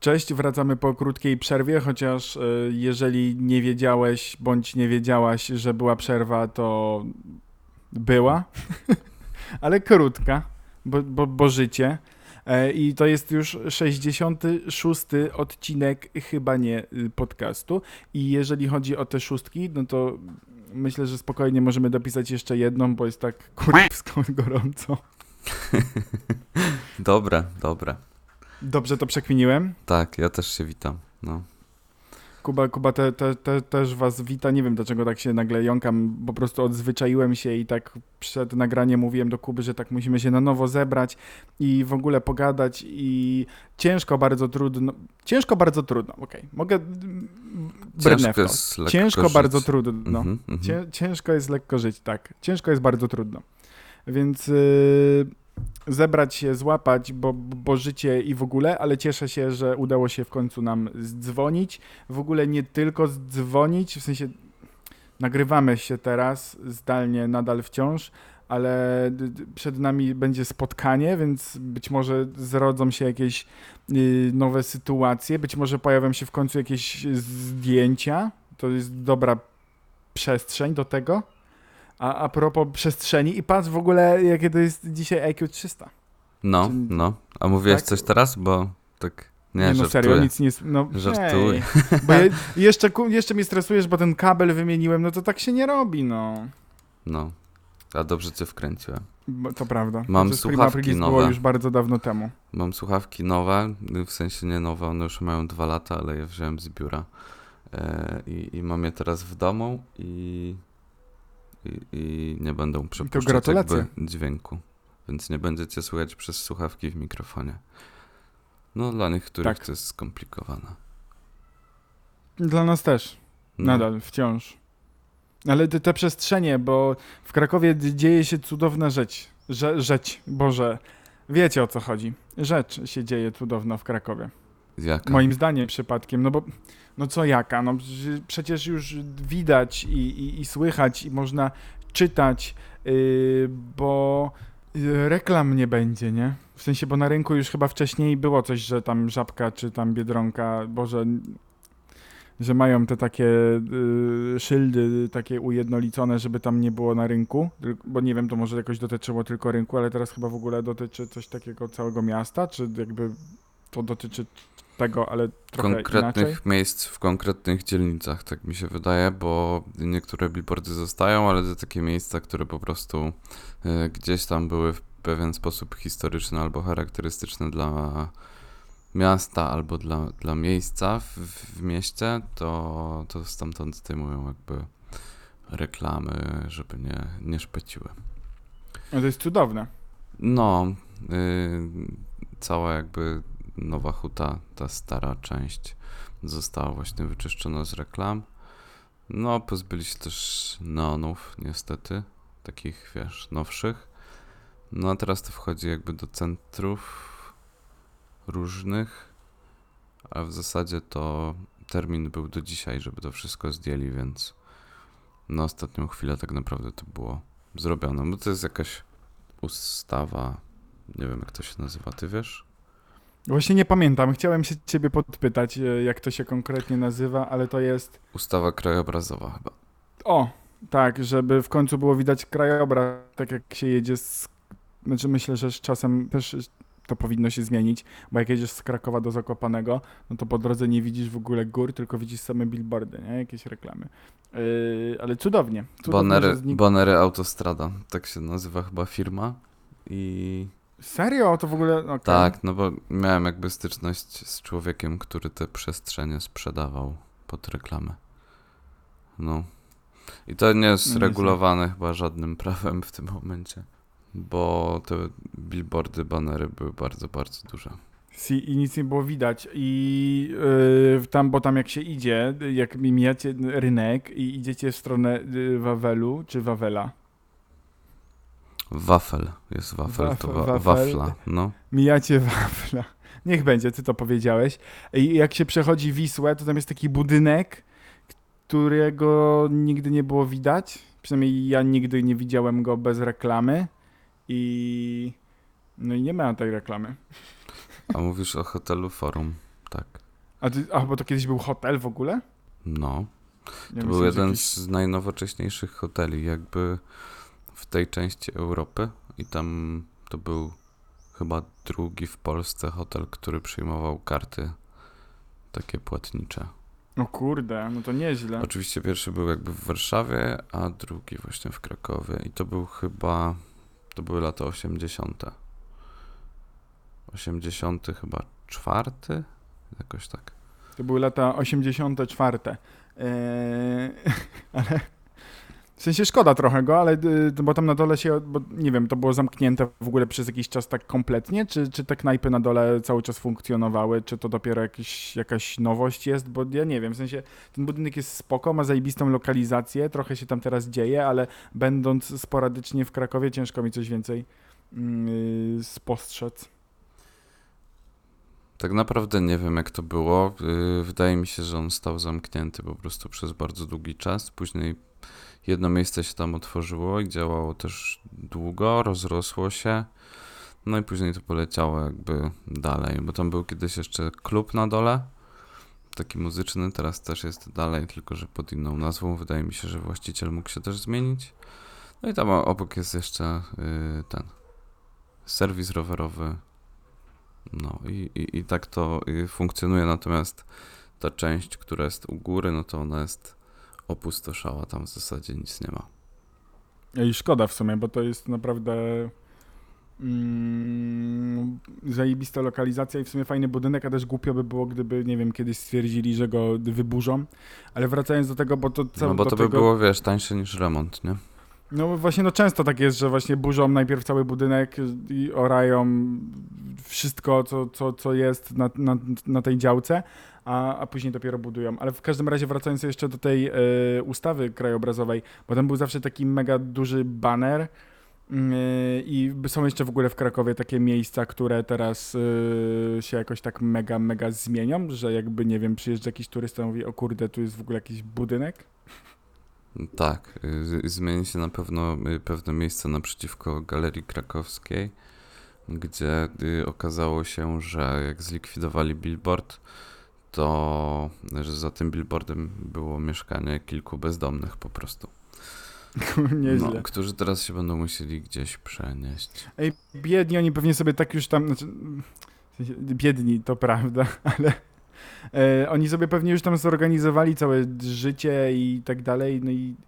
Cześć, wracamy po krótkiej przerwie, chociaż jeżeli nie wiedziałeś bądź nie wiedziałaś, że była przerwa, to była, ale krótka, bo życie. I to jest już 66. odcinek, chyba nie, podcastu. I jeżeli chodzi o te szóstki, no to myślę, że spokojnie możemy dopisać jeszcze jedną, bo jest tak kurwsko gorąco. Dobre. Dobrze to przekminiłem? Tak, ja też się witam. No. Kuba też was wita. Nie wiem, dlaczego tak się nagle jąkam. Po prostu odzwyczaiłem się i tak przed nagraniem mówiłem do Kuby, że tak musimy się na nowo zebrać i w ogóle pogadać i ciężko, bardzo trudno. Okej, mogę brnę w to. Ciężko, bardzo trudno. Ciężko jest lekko żyć, tak. Ciężko jest bardzo trudno. Więc zebrać się, złapać, bo życie i w ogóle, ale cieszę się, że udało się w końcu nam zdzwonić. W ogóle nie tylko zdzwonić, w sensie nagrywamy się teraz zdalnie nadal wciąż, ale przed nami będzie spotkanie, więc być może zrodzą się jakieś nowe sytuacje, być może pojawią się w końcu jakieś zdjęcia. To jest dobra przestrzeń do tego. A propos przestrzeni i patrz w ogóle, jakie to jest dzisiaj IQ 300. No. A mówiłeś tak? coś teraz? Bo tak nie, no żartuję. Serio, nic nie... No, żartuję. Bo jeszcze mnie stresujesz, bo ten kabel wymieniłem, no to tak się nie robi, no. No, a dobrze cię wkręciłem. To prawda. Mam słuchawki nowe. Było już bardzo dawno temu. Mam słuchawki nowe, w sensie nie nowe, one już mają 2 lata, ale je wziąłem z biura. I mam je teraz w domu i nie będą przepuszczać jakby dźwięku, więc nie będziecie słychać przez słuchawki w mikrofonie. No dla niektórych to jest skomplikowane. Dla nas też. Nadal, wciąż. Ale te przestrzenie, bo w Krakowie dzieje się cudowna rzecz. Boże, wiecie o co chodzi. Rzecz się dzieje cudowna w Krakowie. Jaka? Moim zdaniem przypadkiem, no bo no co jaka? No przecież już widać i słychać i można czytać, bo reklam nie będzie, nie? W sensie, bo na rynku już chyba wcześniej było coś, że tam Żabka czy tam Biedronka, Boże, że mają te takie szyldy takie ujednolicone, żeby tam nie było na rynku, bo nie wiem, to może jakoś dotyczyło tylko rynku, ale teraz chyba w ogóle dotyczy coś takiego całego miasta, czy jakby to dotyczy tego, ale trochę konkretnych inaczej. miejsc w konkretnych dzielnicach, tak mi się wydaje, bo niektóre billboardy zostają, ale to takie miejsca, które po prostu gdzieś tam były w pewien sposób historyczne albo charakterystyczne dla miasta albo dla miejsca w mieście, to stamtąd zdejmują jakby reklamy, żeby nie szpeciły. No to jest cudowne. No, cała jakby Nowa Huta, ta stara część została właśnie wyczyszczona z reklam. No, pozbyli się też neonów, niestety, takich, wiesz, nowszych. No, a teraz to wchodzi jakby do centrów różnych, a w zasadzie to termin był do dzisiaj, żeby to wszystko zdjęli, więc na ostatnią chwilę tak naprawdę to było zrobione, bo to jest jakaś ustawa, nie wiem jak to się nazywa, ty wiesz? Właśnie nie pamiętam, chciałem się ciebie podpytać, jak to się konkretnie nazywa, ale to jest... Ustawa krajobrazowa chyba. O, tak, żeby w końcu było widać krajobraz, tak jak się jedzie Znaczy myślę, że z czasem też to powinno się zmienić, bo jak jedziesz z Krakowa do Zakopanego, no to po drodze nie widzisz w ogóle gór, tylko widzisz same billboardy, nie? Jakieś reklamy. Ale cudownie. Bonery Autostrada, tak się nazywa chyba firma i... Serio? To w ogóle... Okay. Tak, no bo miałem jakby styczność z człowiekiem, który te przestrzenie sprzedawał pod reklamę. No. I to nie jest regulowane chyba żadnym prawem w tym momencie, bo te billboardy, banery były bardzo, bardzo duże. I nic nie było widać i bo tam jak się idzie, jak mijacie rynek i idziecie w stronę Wawelu czy Wawela. Wafel, jest wafel, to wafla, no. Mijacie wafla. Niech będzie, ty to powiedziałeś. I jak się przechodzi Wisłę, to tam jest taki budynek, którego nigdy nie było widać. Przynajmniej ja nigdy nie widziałem go bez reklamy. No i nie ma tej reklamy. A mówisz o hotelu Forum. tak. Bo to kiedyś był hotel w ogóle? No, Ja to był myślę, że jeden jakiś... z najnowocześniejszych hoteli jakby w tej części Europy i tam to był chyba drugi w Polsce hotel, który przyjmował karty takie płatnicze. O kurde, no to nieźle. Oczywiście pierwszy był jakby w Warszawie, a drugi właśnie w Krakowie i to były lata 80. 80 chyba czwarty? Jakoś tak. To były lata 84. Ale w sensie szkoda trochę go, ale bo tam na dole się, bo nie wiem, to było zamknięte w ogóle przez jakiś czas tak kompletnie, czy te knajpy na dole cały czas funkcjonowały, czy to dopiero jakaś nowość jest, bo ja nie wiem, w sensie ten budynek jest spoko, ma zajebistą lokalizację, trochę się tam teraz dzieje, ale będąc sporadycznie w Krakowie ciężko mi coś więcej spostrzec. Tak naprawdę nie wiem jak to było. Wydaje mi się, że on stał zamknięty po prostu przez bardzo długi czas. Później jedno miejsce się tam otworzyło i działało też długo, rozrosło się. No i później to poleciało jakby dalej, bo tam był kiedyś jeszcze klub na dole, taki muzyczny, teraz też jest dalej, tylko że pod inną nazwą. Wydaje mi się, że właściciel mógł się też zmienić. No i tam obok jest jeszcze ten serwis rowerowy. No i tak to funkcjonuje, natomiast ta część, która jest u góry, no to ona jest opustoszała, tam w zasadzie nic nie ma. I szkoda w sumie, bo to jest naprawdę zajebista lokalizacja i w sumie fajny budynek, a też głupio by było, gdyby, nie wiem, kiedyś stwierdzili, że go wyburzą. Ale wracając do tego, bo to No bo to by było, wiesz, tańsze niż remont, nie? No właśnie, no często tak jest, że właśnie burzą najpierw cały budynek i orają wszystko, co jest na tej działce, a później dopiero budują. Ale w każdym razie wracając jeszcze do tej ustawy krajobrazowej, bo tam był zawsze taki mega duży baner i są jeszcze w ogóle w Krakowie takie miejsca, które teraz się jakoś tak mega zmienią, że jakby, nie wiem, przyjeżdża jakiś turysta i mówi, o kurde, tu jest w ogóle jakiś budynek. Tak, zmieni się na pewno pewne miejsce naprzeciwko Galerii Krakowskiej, gdzie okazało się, że jak zlikwidowali billboard, to że za tym billboardem było mieszkanie kilku bezdomnych po prostu. Nieźle. No, którzy teraz się będą musieli gdzieś przenieść. Ej, biedni, oni pewnie sobie tak już tam, znaczy, w sensie, biedni, to prawda, ale oni sobie pewnie już tam zorganizowali całe życie i tak dalej, no i,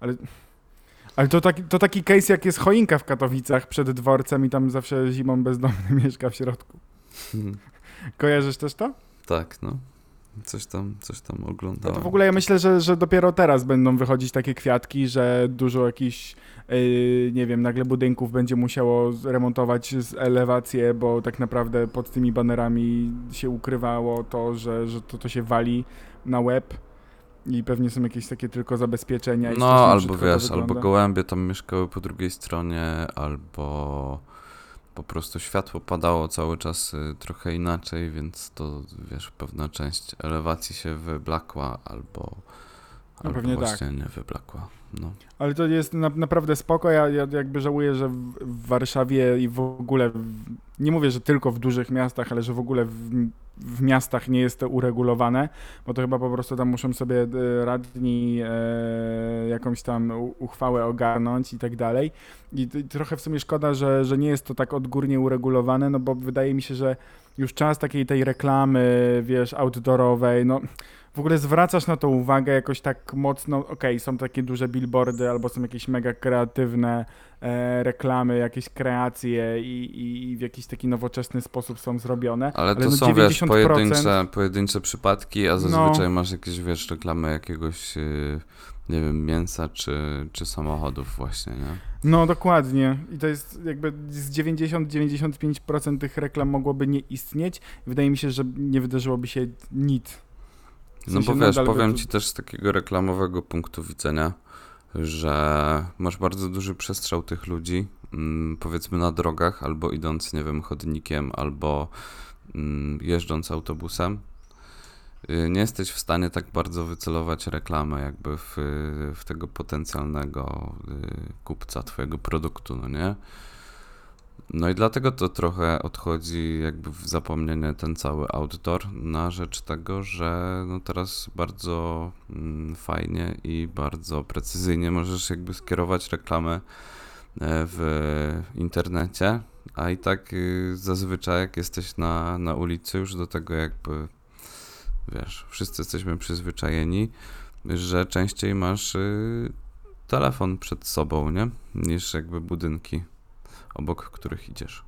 ale to taki case jak jest choinka w Katowicach przed dworcem i tam zawsze zimą bezdomny mieszka w środku. Kojarzysz też to? Tak, no. Coś tam No oglądałem. to w ogóle ja myślę, że dopiero teraz będą wychodzić takie kwiatki, że dużo jakichś, nie wiem, nagle budynków będzie musiało remontować z elewację, bo tak naprawdę pod tymi banerami się ukrywało to, że to się wali na łeb i pewnie są jakieś takie tylko zabezpieczenia. I No, strasznie albo brzydko to wiesz, wygląda. albo gołębie tam mieszkały po drugiej stronie, albo po prostu światło padało cały czas trochę inaczej, więc to, wiesz, pewna część elewacji się wyblakła, albo pewnie właśnie nie wyblakła. No. Ale to jest naprawdę spoko. Ja jakby żałuję, że w Warszawie i w ogóle, nie mówię, że tylko w dużych miastach, ale że w ogóle w miastach nie jest to uregulowane, bo to chyba po prostu tam muszą sobie radni jakąś tam uchwałę ogarnąć i tak dalej. I trochę w sumie szkoda, że nie jest to tak odgórnie uregulowane, no bo wydaje mi się, że już czas takiej tej reklamy, wiesz, outdoorowej, no w ogóle zwracasz na to uwagę jakoś tak mocno, okej, są takie duże billboardy albo są jakieś mega kreatywne reklamy, jakieś kreacje i w jakiś taki nowoczesny sposób są zrobione. Ale to no są, wiesz, 90%... pojedyncze przypadki, a zazwyczaj masz jakieś, wiesz, reklamy jakiegoś, nie wiem, mięsa czy samochodów właśnie, nie? No dokładnie. I to jest jakby z 90-95% tych reklam mogłoby nie istnieć. Wydaje mi się, że nie wydarzyłoby się nic. W No sensie bo wiesz, nadal powiem ci też z takiego reklamowego punktu widzenia, że masz bardzo duży przestrzał tych ludzi, powiedzmy na drogach, albo idąc, nie wiem, chodnikiem, albo jeżdżąc autobusem. Nie jesteś w stanie tak bardzo wycelować reklamę jakby w tego potencjalnego kupca twojego produktu, no nie? No i dlatego to trochę odchodzi jakby w zapomnienie ten cały outdoor na rzecz tego, że no teraz bardzo fajnie i bardzo precyzyjnie możesz jakby skierować reklamę w internecie, a i tak zazwyczaj jak jesteś na ulicy już do tego jakby, wiesz, wszyscy jesteśmy przyzwyczajeni, że częściej masz telefon przed sobą, nie? Niż jakby budynki, obok których idziesz.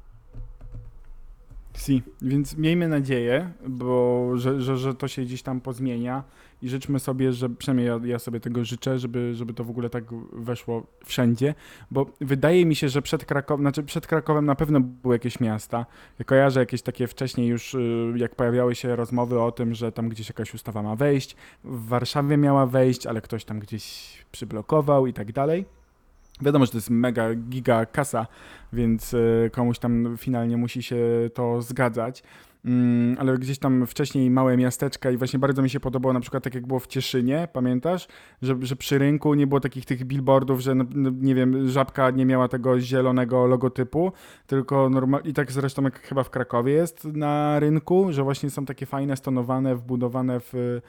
Si, więc miejmy nadzieję, że to się gdzieś tam pozmienia i życzmy sobie, że przynajmniej ja sobie tego życzę, żeby to w ogóle tak weszło wszędzie, bo wydaje mi się, że przed Krakowem na pewno były jakieś miasta. Ja kojarzę jakieś takie wcześniej już, jak pojawiały się rozmowy o tym, że tam gdzieś jakaś ustawa ma wejść, w Warszawie miała wejść, ale ktoś tam gdzieś przyblokował i tak dalej. Wiadomo, że to jest mega giga kasa, więc komuś tam finalnie musi się to zgadzać. Ale gdzieś tam wcześniej małe miasteczka i właśnie bardzo mi się podobało na przykład tak jak było w Cieszynie, pamiętasz? Że przy rynku nie było takich tych billboardów, że nie wiem, Żabka nie miała tego zielonego logotypu, tylko i tak zresztą jak chyba w Krakowie jest na rynku, że właśnie są takie fajne, stonowane, wbudowane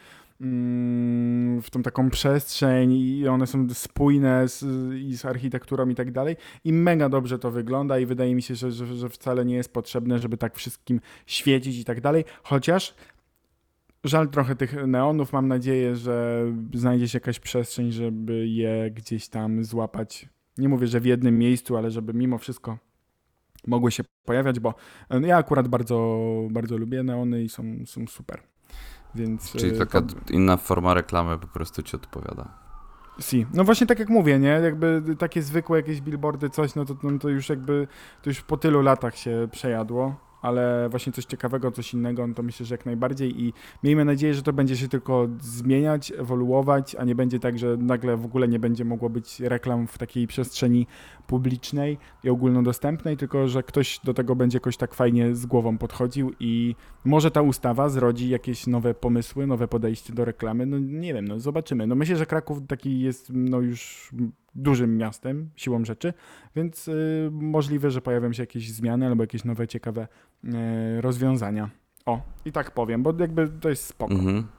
w tą taką przestrzeń i one są spójne z architekturą i tak dalej i mega dobrze to wygląda i wydaje mi się, że wcale nie jest potrzebne, żeby tak wszystkim świecić i tak dalej, chociaż żal trochę tych neonów, mam nadzieję, że znajdzie się jakaś przestrzeń, żeby je gdzieś tam złapać, nie mówię, że w jednym miejscu, ale żeby mimo wszystko mogły się pojawiać, bo ja akurat bardzo, bardzo lubię neony i są super. Więc, Czyli taka inna forma reklamy po prostu ci odpowiada. Si. No właśnie tak jak mówię, nie? Jakby takie zwykłe jakieś billboardy, coś, to już jakby, to już po tylu latach się przejadło, ale właśnie coś ciekawego, coś innego, no to myślę, że jak najbardziej i miejmy nadzieję, że to będzie się tylko zmieniać, ewoluować, a nie będzie tak, że nagle w ogóle nie będzie mogło być reklam w takiej przestrzeni publicznej i ogólnodostępnej, tylko że ktoś do tego będzie jakoś tak fajnie z głową podchodził i może ta ustawa zrodzi jakieś nowe pomysły, nowe podejście do reklamy, no nie wiem, no zobaczymy. No myślę, że Kraków taki jest no już dużym miastem, siłą rzeczy, więc możliwe, że pojawią się jakieś zmiany albo jakieś nowe, ciekawe rozwiązania. O, i tak powiem, bo jakby to jest spoko.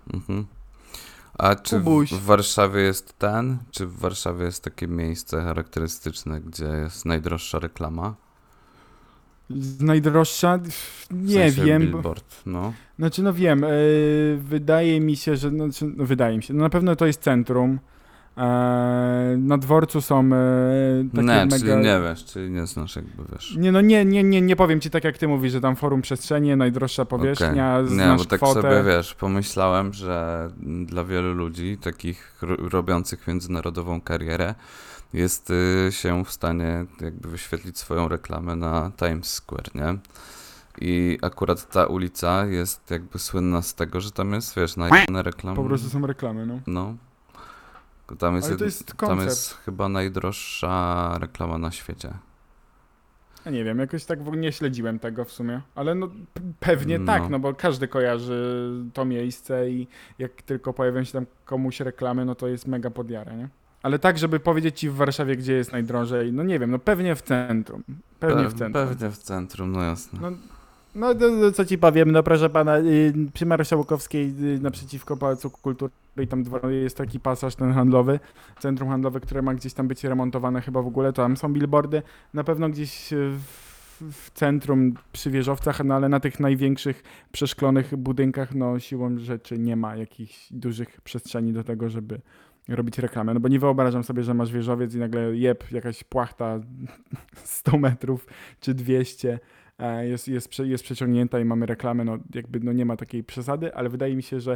A czy Kubuś. w Warszawie jest czy w Warszawie jest takie miejsce charakterystyczne, gdzie jest najdroższa reklama? Najdroższa? Nie w sensie wiem. Billboard, no. Znaczy, no wiem, wydaje mi się, że, no na pewno to jest centrum. Na dworcu są takie mega... Czyli nie wiesz, czyli nie znasz jakby, wiesz. Nie powiem ci tak jak ty mówisz, że tam forum przestrzenie, najdroższa powierzchnia, Okay. znasz bo tak kwotę. sobie, wiesz, pomyślałem, że dla wielu ludzi, takich robiących międzynarodową karierę, jest się w stanie jakby wyświetlić swoją reklamę na Times Square, nie? I akurat ta ulica jest jakby słynna z tego, że tam jest, wiesz, najlepsze reklamy. Po prostu są reklamy, no. No. Tam jest, ale to jest koncept. Tam jest chyba najdroższa reklama na świecie. Ja nie wiem, jakoś tak w ogóle nie śledziłem tego w sumie, ale no pewnie No. tak, no bo każdy kojarzy to miejsce i jak tylko pojawią się tam komuś reklamy, no to jest mega podjarę, nie? Ale tak, żeby powiedzieć ci w Warszawie, gdzie jest najdrożej, no nie wiem, no pewnie w centrum. Pewnie w centrum, no jasne. No co ci powiem, no proszę pana, przy Marszałkowskiej naprzeciwko Pałacu Kultury i tam jest taki pasaż ten handlowy, centrum handlowe, które ma gdzieś tam być remontowane chyba w ogóle, to tam są billboardy, na pewno gdzieś w centrum przy wieżowcach, no ale na tych największych przeszklonych budynkach, no siłą rzeczy nie ma jakichś dużych przestrzeni do tego, żeby robić reklamę, no bo nie wyobrażam sobie, że masz wieżowiec i nagle jakaś płachta 100 metrów czy 200 jest przeciągnięta i mamy reklamę, no jakby no nie ma takiej przesady, ale wydaje mi się, że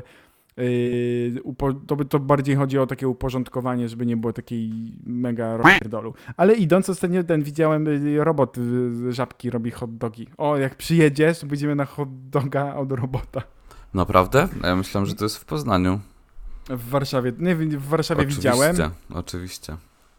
to bardziej chodzi o takie uporządkowanie, żeby nie było takiej mega rozdolu. Ale idąc ostatnio widziałem robot Żabki robi hot dogi. O, jak przyjedziesz, będziemy na hot doga od robota. Naprawdę? A ja myślałem, że to jest w Poznaniu. W Warszawie. Nie, w Warszawie Oczywiście, widziałem. Oczywiście.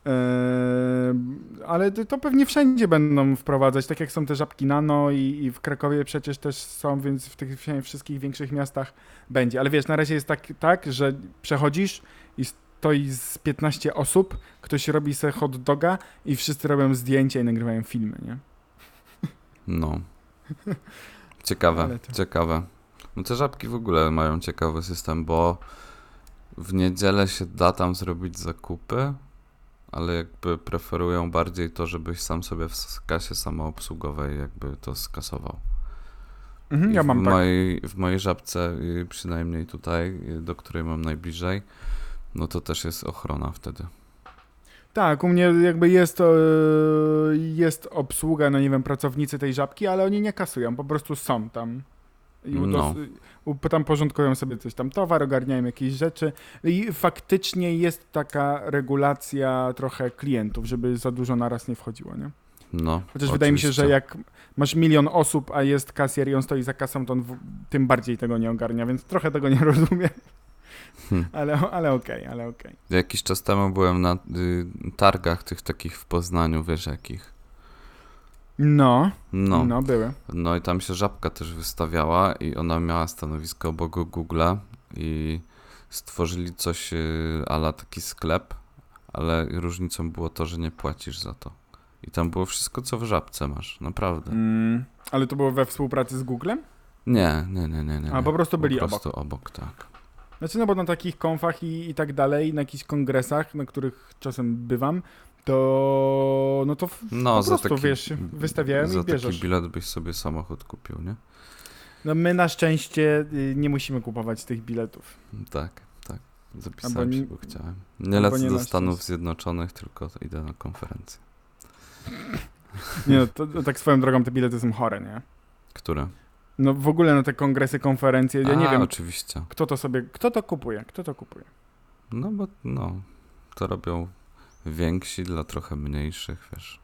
Ale to pewnie wszędzie będą wprowadzać, tak jak są te Żabki Nano i w Krakowie przecież też są, więc w tych wszystkich większych miastach będzie. Ale wiesz, na razie jest tak, że przechodzisz i stoi z 15 osób, ktoś robi sobie hot doga i wszyscy robią zdjęcia i nagrywają filmy, nie? No. Ciekawe, Ale to- ciekawe. No te żabki w ogóle mają ciekawy system, bo w niedzielę się da tam zrobić zakupy, ale jakby preferują bardziej to, żebyś sam sobie w kasie samoobsługowej jakby to skasował. Mhm, I ja mam tak. w mojej żabce, przynajmniej tutaj, do której mam najbliżej, no to też jest ochrona wtedy. Tak, u mnie jakby jest obsługa, no nie wiem, pracownicy tej żabki, ale oni nie kasują, po prostu są tam. I No. tam porządkują sobie coś tam, towar, ogarniają jakieś rzeczy i faktycznie jest taka regulacja trochę klientów, żeby za dużo naraz nie wchodziło, nie? No, Chociaż wydaje mi się, że oczywiście. jak masz 1 000 000 osób, a jest kasjer i on stoi za kasą, to on tym bardziej tego nie ogarnia, więc trochę tego nie rozumiem. Ale okej, ale okej. Jakiś czas temu byłem na targach tych takich w Poznaniu, wiesz jakich. No, No. no były. No i tam się żabka też wystawiała i ona miała stanowisko obok Google'a i stworzyli coś a la taki sklep, ale różnicą było to, że nie płacisz za to. I tam było wszystko, co w żabce masz, naprawdę. Ale to było we współpracy z Googlem? Nie. A po prostu byli Po prostu obok, tak. Znaczy, no bo na takich konfach i tak dalej, na jakichś kongresach, na których czasem bywam, to no to No, po za prostu, taki, wiesz, wystawiałem za i bierzesz. taki bilet byś sobie samochód kupił, nie? No my na szczęście nie musimy kupować tych biletów. Tak. Zapisałem Albo się, nie- bo chciałem. Nie albo lecę nie do na Stanów szczęście. Zjednoczonych, tylko idę na konferencję. Nie no, to tak swoją drogą te bilety są chore, nie? Które? No w ogóle na te kongresy, konferencje, ja nie wiem, Oczywiście. kto to kupuje? No bo to robią więksi dla trochę mniejszych, wiesz.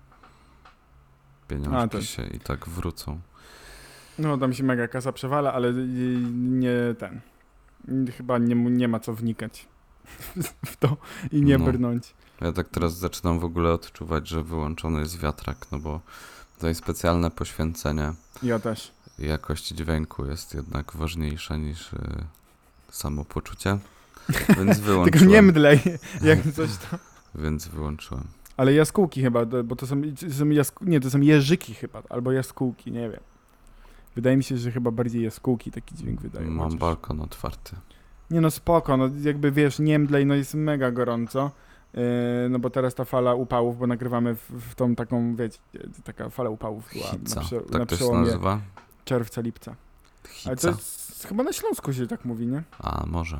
Pieniążki się i tak wrócą. No tam się mega kasa przewala, ale nie ten. Chyba nie ma co wnikać w to i nie No. brnąć. Ja tak teraz zaczynam w ogóle odczuwać, że wyłączony jest wiatrak, no bo tutaj specjalne poświęcenie Ja też. jakość dźwięku jest jednak ważniejsza niż samopoczucie, więc wyłączyłem. Tylko nie mdlej, jak coś tam. Więc wyłączyłem. Ale jaskółki chyba, bo to są to są jeżyki chyba, albo jaskółki, nie wiem. Wydaje mi się, że chyba bardziej jaskółki taki dźwięk wydają. Mam chociaż- balkon otwarty. Nie no spoko, no jakby wiesz, nie mdlej, no jest mega gorąco. No bo teraz ta fala upałów, bo nagrywamy w tą taką, wiecie, taka fala upałów była Hica. na Tak to się przełomie nazywa? czerwca, lipca. Ale to Hica. jest, chyba na Śląsku się tak mówi, nie? A, może.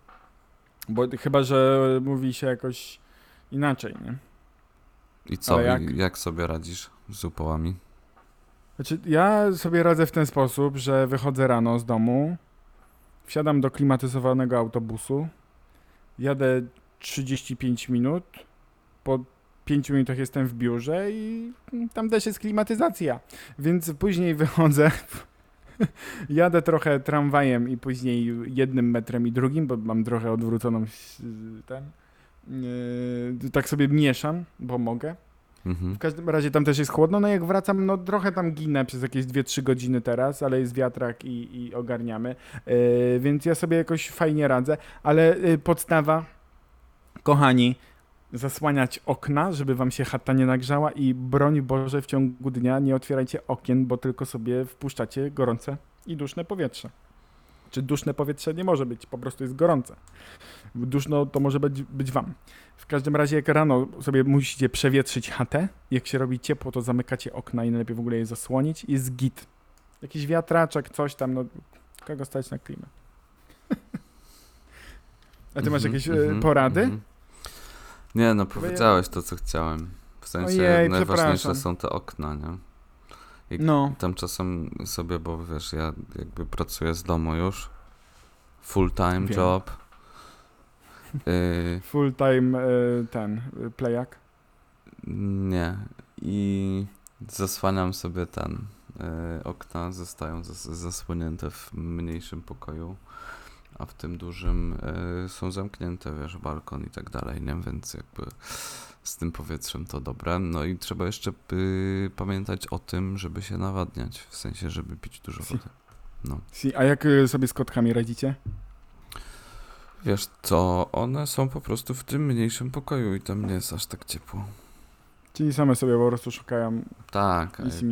Bo chyba, że mówi się jakoś inaczej, nie? I co? Ale Jak sobie radzisz z upałami? Znaczy, ja sobie radzę w ten sposób, że wychodzę rano z domu, wsiadam do klimatyzowanego autobusu, jadę 35 minut, po 5 minutach jestem w biurze i tam też jest klimatyzacja, więc później wychodzę, jadę trochę tramwajem i później 1 metrem i drugim, bo mam trochę odwróconą tak sobie mieszam, bo mogę. Mhm. W każdym razie tam też jest chłodno, no jak wracam, no trochę tam ginę przez jakieś 2-3 godziny teraz, ale jest wiatrak i ogarniamy, więc ja sobie jakoś fajnie radzę, ale podstawa, kochani, zasłaniać okna, żeby wam się chata nie nagrzała i broń Boże w ciągu dnia nie otwierajcie okien, bo tylko sobie wpuszczacie gorące i duszne powietrze. Czy duszne powietrze nie może być, po prostu jest gorące. Duszno to może być wam. W każdym razie jak rano sobie musicie przewietrzyć chatę, jak się robi ciepło, to zamykacie okna i najlepiej w ogóle je zasłonić i jest git. Jakiś wiatraczek, coś tam, no kogo stać na klimę. A ty masz jakieś porady? Nie, no powiedziałeś to, co chciałem. W sensie Ojej, najważniejsze przepraszam. są te okna, nie? I No. tam czasem sobie, bo wiesz, ja jakby pracuję z domu już. Full time Wiem. job. Full time playak. Nie. I zasłaniam sobie okna zostają zasłonięte w mniejszym pokoju, a w tym dużym są zamknięte, wiesz, balkon i tak dalej, nie? Więc jakby z tym powietrzem to dobre. No i trzeba jeszcze pamiętać o tym, żeby się nawadniać, w sensie, żeby pić dużo wody. No. A jak sobie z kotkami radzicie? Wiesz co, one są po prostu w tym mniejszym pokoju i tam nie jest aż tak ciepło. Czyli same sobie po prostu szukają Tak, a nic innego.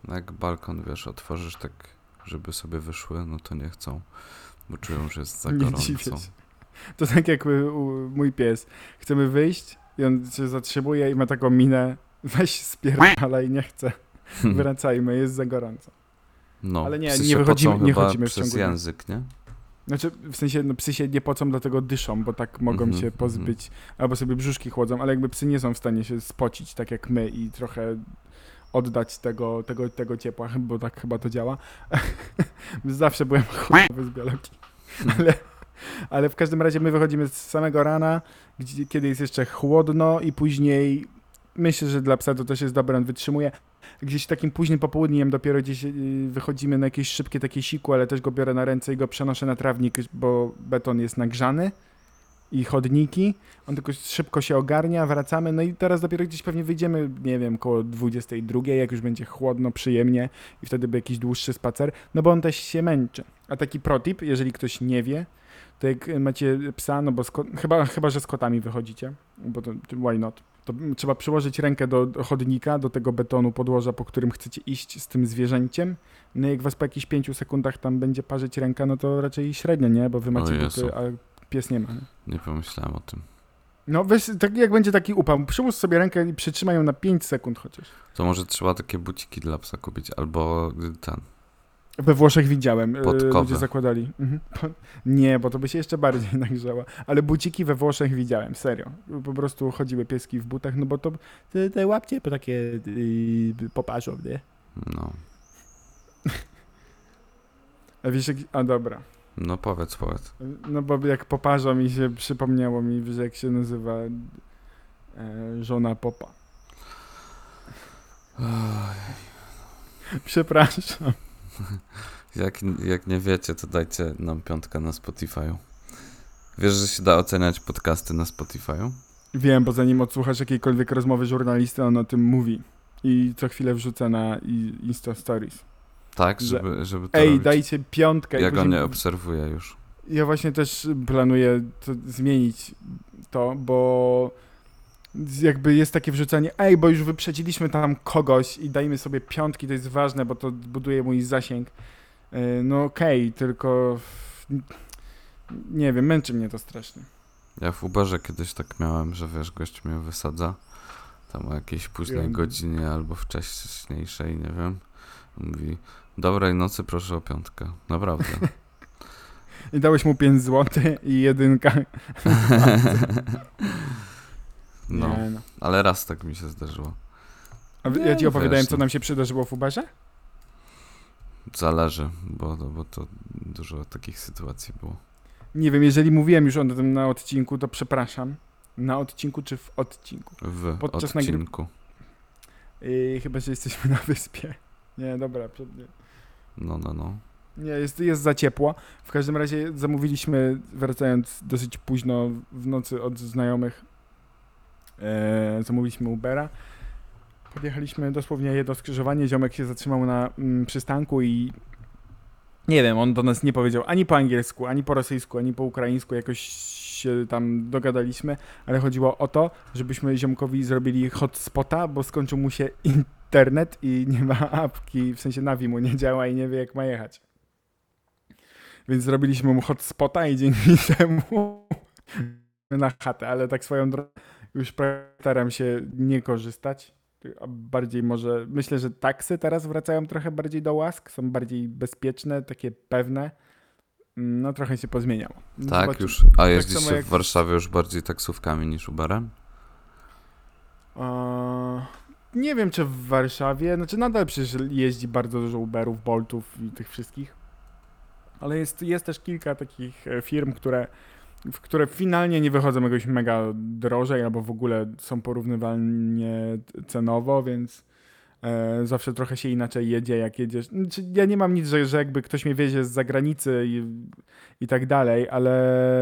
Jak balkon, wiesz, otworzysz tak, żeby sobie wyszły, no to nie chcą, bo czują, że jest za Nie dziwię gorąco. się. To tak jak mój pies. Chcemy wyjść i on się zatrzymuje i ma taką minę, weź spierdalaj, nie chcę. Wracajmy, jest za gorąco. No, Ale nie, psy nie się wychodzimy, pocą nie chyba chodzimy w przez ciągu dnia. język, nie? Znaczy, w sensie, no, psy się nie pocą, dlatego dyszą, bo tak mogą się pozbyć, albo sobie brzuszki chłodzą, ale jakby psy nie są w stanie się spocić, tak jak my i trochę oddać tego ciepła, bo tak chyba to działa. Zawsze byłem chujowy z biologii. Ale w każdym razie my wychodzimy z samego rana, kiedy jest jeszcze chłodno i później myślę, że dla psa to też jest dobre, on wytrzymuje. Gdzieś takim późnym popołudniem dopiero gdzieś wychodzimy na jakieś szybkie takie siku, ale też go biorę na ręce i go przenoszę na trawnik, bo beton jest nagrzany i chodniki. On tylko szybko się ogarnia, wracamy, no i teraz dopiero gdzieś pewnie wyjdziemy, nie wiem, koło 22, jak już będzie chłodno, przyjemnie i wtedy by jakiś dłuższy spacer, no bo on też się męczy. A taki protip, jeżeli ktoś nie wie, to jak macie psa, no bo chyba, że z kotami wychodzicie, bo to why not, to trzeba przyłożyć rękę do chodnika, do tego betonu podłoża, po którym chcecie iść z tym zwierzęciem. No i jak was po jakichś 5 sekundach tam będzie parzyć ręka, no to raczej średnio, nie? Bo wy macie buty, a pies nie ma. Nie pomyślałem o tym. No weź, tak jak będzie taki upał, przyłóż sobie rękę i przytrzymaj ją na 5 sekund chociaż. To może trzeba takie buciki dla psa kupić, albo ten... We Włoszech widziałem, podkowy. ludzie zakładali. Nie, bo to by się jeszcze bardziej nagrzało. Ale buciki we Włoszech widziałem, serio. Po prostu chodziły pieski w butach, no bo to te łapcie takie poparzą, nie? No. A wiesz, a dobra. No powiedz. No bo jak poparzą mi się przypomniało mi, że jak się nazywa żona popa. Przepraszam. Jak nie wiecie, to dajcie nam 5 na Spotify'u. Wiesz, że się da oceniać podcasty na Spotify'u? Wiem, bo zanim odsłuchasz jakiejkolwiek rozmowy żurnalisty, on o tym mówi. I co chwilę wrzuca na Insta Stories. Tak, żeby to Ej, robić. dajcie 5. Ja go nie obserwuję już. Ja właśnie też planuję zmienić to, bo jakby jest takie wrzucanie, bo już wyprzedziliśmy tam kogoś i dajmy sobie 5, to jest ważne, bo to buduje mój zasięg. No okej, tylko nie wiem, męczy mnie to strasznie. Ja w Uberze kiedyś tak miałem, że wiesz, gość mnie wysadza tam o jakiejś późnej godzinie albo wcześniejszej, nie wiem. Mówi, dobrej nocy, proszę o 5. Naprawdę. I dałeś mu 5 zł i 1. No, ale raz tak mi się zdarzyło. A ja ci opowiadałem, co nam się przydarzyło w Uberze? Zależy, bo to dużo takich sytuacji było. Nie wiem, jeżeli mówiłem już o tym na odcinku, to przepraszam. Na odcinku czy w odcinku? Podczas odcinku. Chyba, że jesteśmy na wyspie. Nie, dobra. No. Nie, jest za ciepło. W każdym razie zamówiliśmy, wracając dosyć późno w nocy od znajomych, zamówiliśmy Ubera. Podjechaliśmy dosłownie jedno skrzyżowanie, ziomek się zatrzymał na przystanku i nie wiem, on do nas nie powiedział ani po angielsku, ani po rosyjsku, ani po ukraińsku, jakoś się tam dogadaliśmy, ale chodziło o to, żebyśmy ziomkowi zrobili hotspota, bo skończył mu się internet i nie ma apki, w sensie Navi mu nie działa i nie wie, jak ma jechać. Więc zrobiliśmy mu hotspota i dzięki temu na chatę, ale tak swoją drogą już staram się nie korzystać. A bardziej może, myślę, że taksy teraz wracają trochę bardziej do łask, są bardziej bezpieczne, takie pewne. No trochę się pozmieniało. Tak, zobaczymy. już. A jeździ się jak w Warszawie już bardziej taksówkami niż Uberem? Nie wiem, czy w Warszawie, znaczy nadal przecież jeździ bardzo dużo Uberów, Boltów i tych wszystkich. Ale jest też kilka takich firm, które finalnie nie wychodzą jakoś mega drożej, albo w ogóle są porównywalnie cenowo, więc zawsze trochę się inaczej jedzie, jak jedziesz. Znaczy, ja nie mam nic, że jakby ktoś mnie wiezie z zagranicy i tak dalej, ale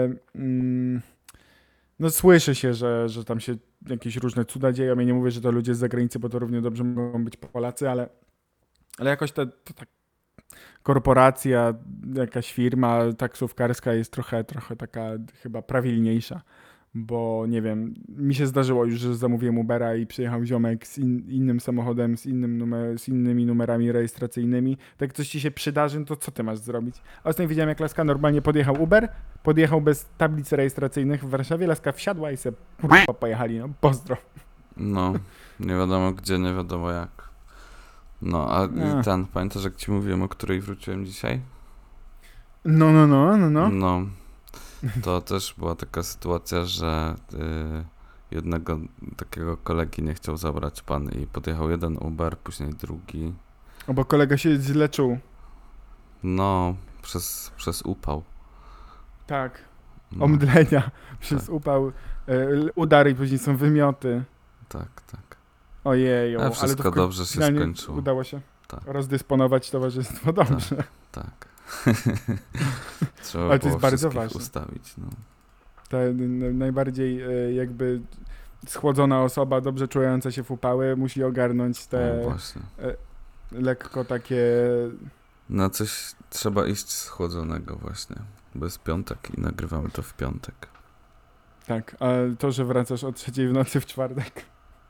no słyszy się, że tam się jakieś różne cuda dzieją. Ja nie mówię, że to ludzie z zagranicy, bo to równie dobrze mogą być Polacy, ale jakoś to tak korporacja, jakaś firma taksówkarska jest trochę taka chyba prawilniejsza, bo nie wiem, mi się zdarzyło już, że zamówiłem Ubera i przyjechał ziomek z innym samochodem, z innymi numerami rejestracyjnymi. Tak coś ci się przydarzy, no to co ty masz zrobić? A ostatnio widziałem, jak laska normalnie podjechał Uber, podjechał bez tablic rejestracyjnych w Warszawie, laska wsiadła i se pojechali, no pozdro. No, nie wiadomo gdzie, nie wiadomo jak. No, a pamiętasz jak ci mówiłem, o której wróciłem dzisiaj? No. No, to też była taka sytuacja, że jednego takiego kolegi nie chciał zabrać pan i podjechał jeden Uber, później drugi. O, bo kolega się źle czuł. No, przez upał. Tak, No, omdlenia przez upał, udar i później są wymioty. tak. Ojeju, Ale wszystko to dobrze się finalnie skończyło. Udało się Tak. rozdysponować towarzystwo dobrze. Tak. Trzeba Ale to było jest bardzo wszystkich ważne. ustawić, no. Ta najbardziej jakby schłodzona osoba, dobrze czująca się w upały, musi ogarnąć te O, właśnie. lekko takie... Na coś trzeba iść schłodzonego właśnie. Bo jest piątek i nagrywamy to w piątek. Tak, a to, że wracasz o 3:00 w nocy w czwartek.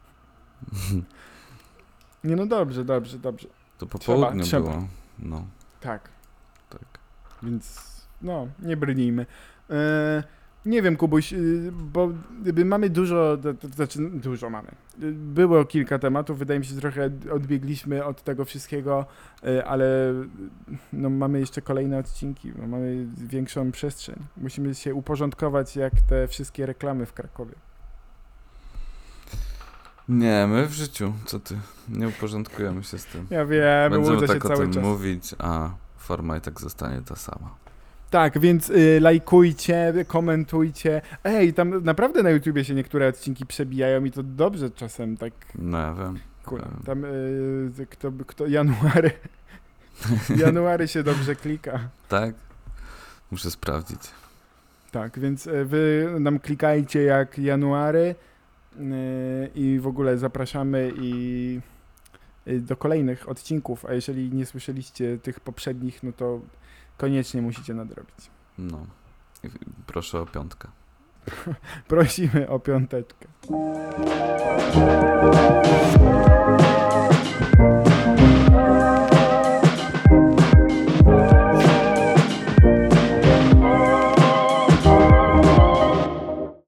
Nie, no dobrze. To po południu trzeba. było. No, Tak. tak. Więc no, nie brnijmy. Nie wiem, Kubuś, bo mamy dużo, dużo mamy. Było kilka tematów, wydaje mi się, że trochę odbiegliśmy od tego wszystkiego, ale no, mamy jeszcze kolejne odcinki, mamy większą przestrzeń. Musimy się uporządkować jak te wszystkie reklamy w Krakowie. Nie, my w życiu, co ty? Nie uporządkujemy się z tym. Ja wiem, Będziemy łudzę się tak o cały tym czas. mówić, a forma i tak zostanie ta sama. Tak, więc lajkujcie, komentujcie. Ej, tam naprawdę na YouTubie się niektóre odcinki przebijają i to dobrze czasem tak. No ja wiem. Tam kto January. January się dobrze klika. Tak? Muszę sprawdzić. Tak, więc wy nam klikajcie jak January i w ogóle zapraszamy i do kolejnych odcinków, a jeżeli nie słyszeliście tych poprzednich, no to koniecznie musicie nadrobić. No. I proszę o 5. Prosimy o 5.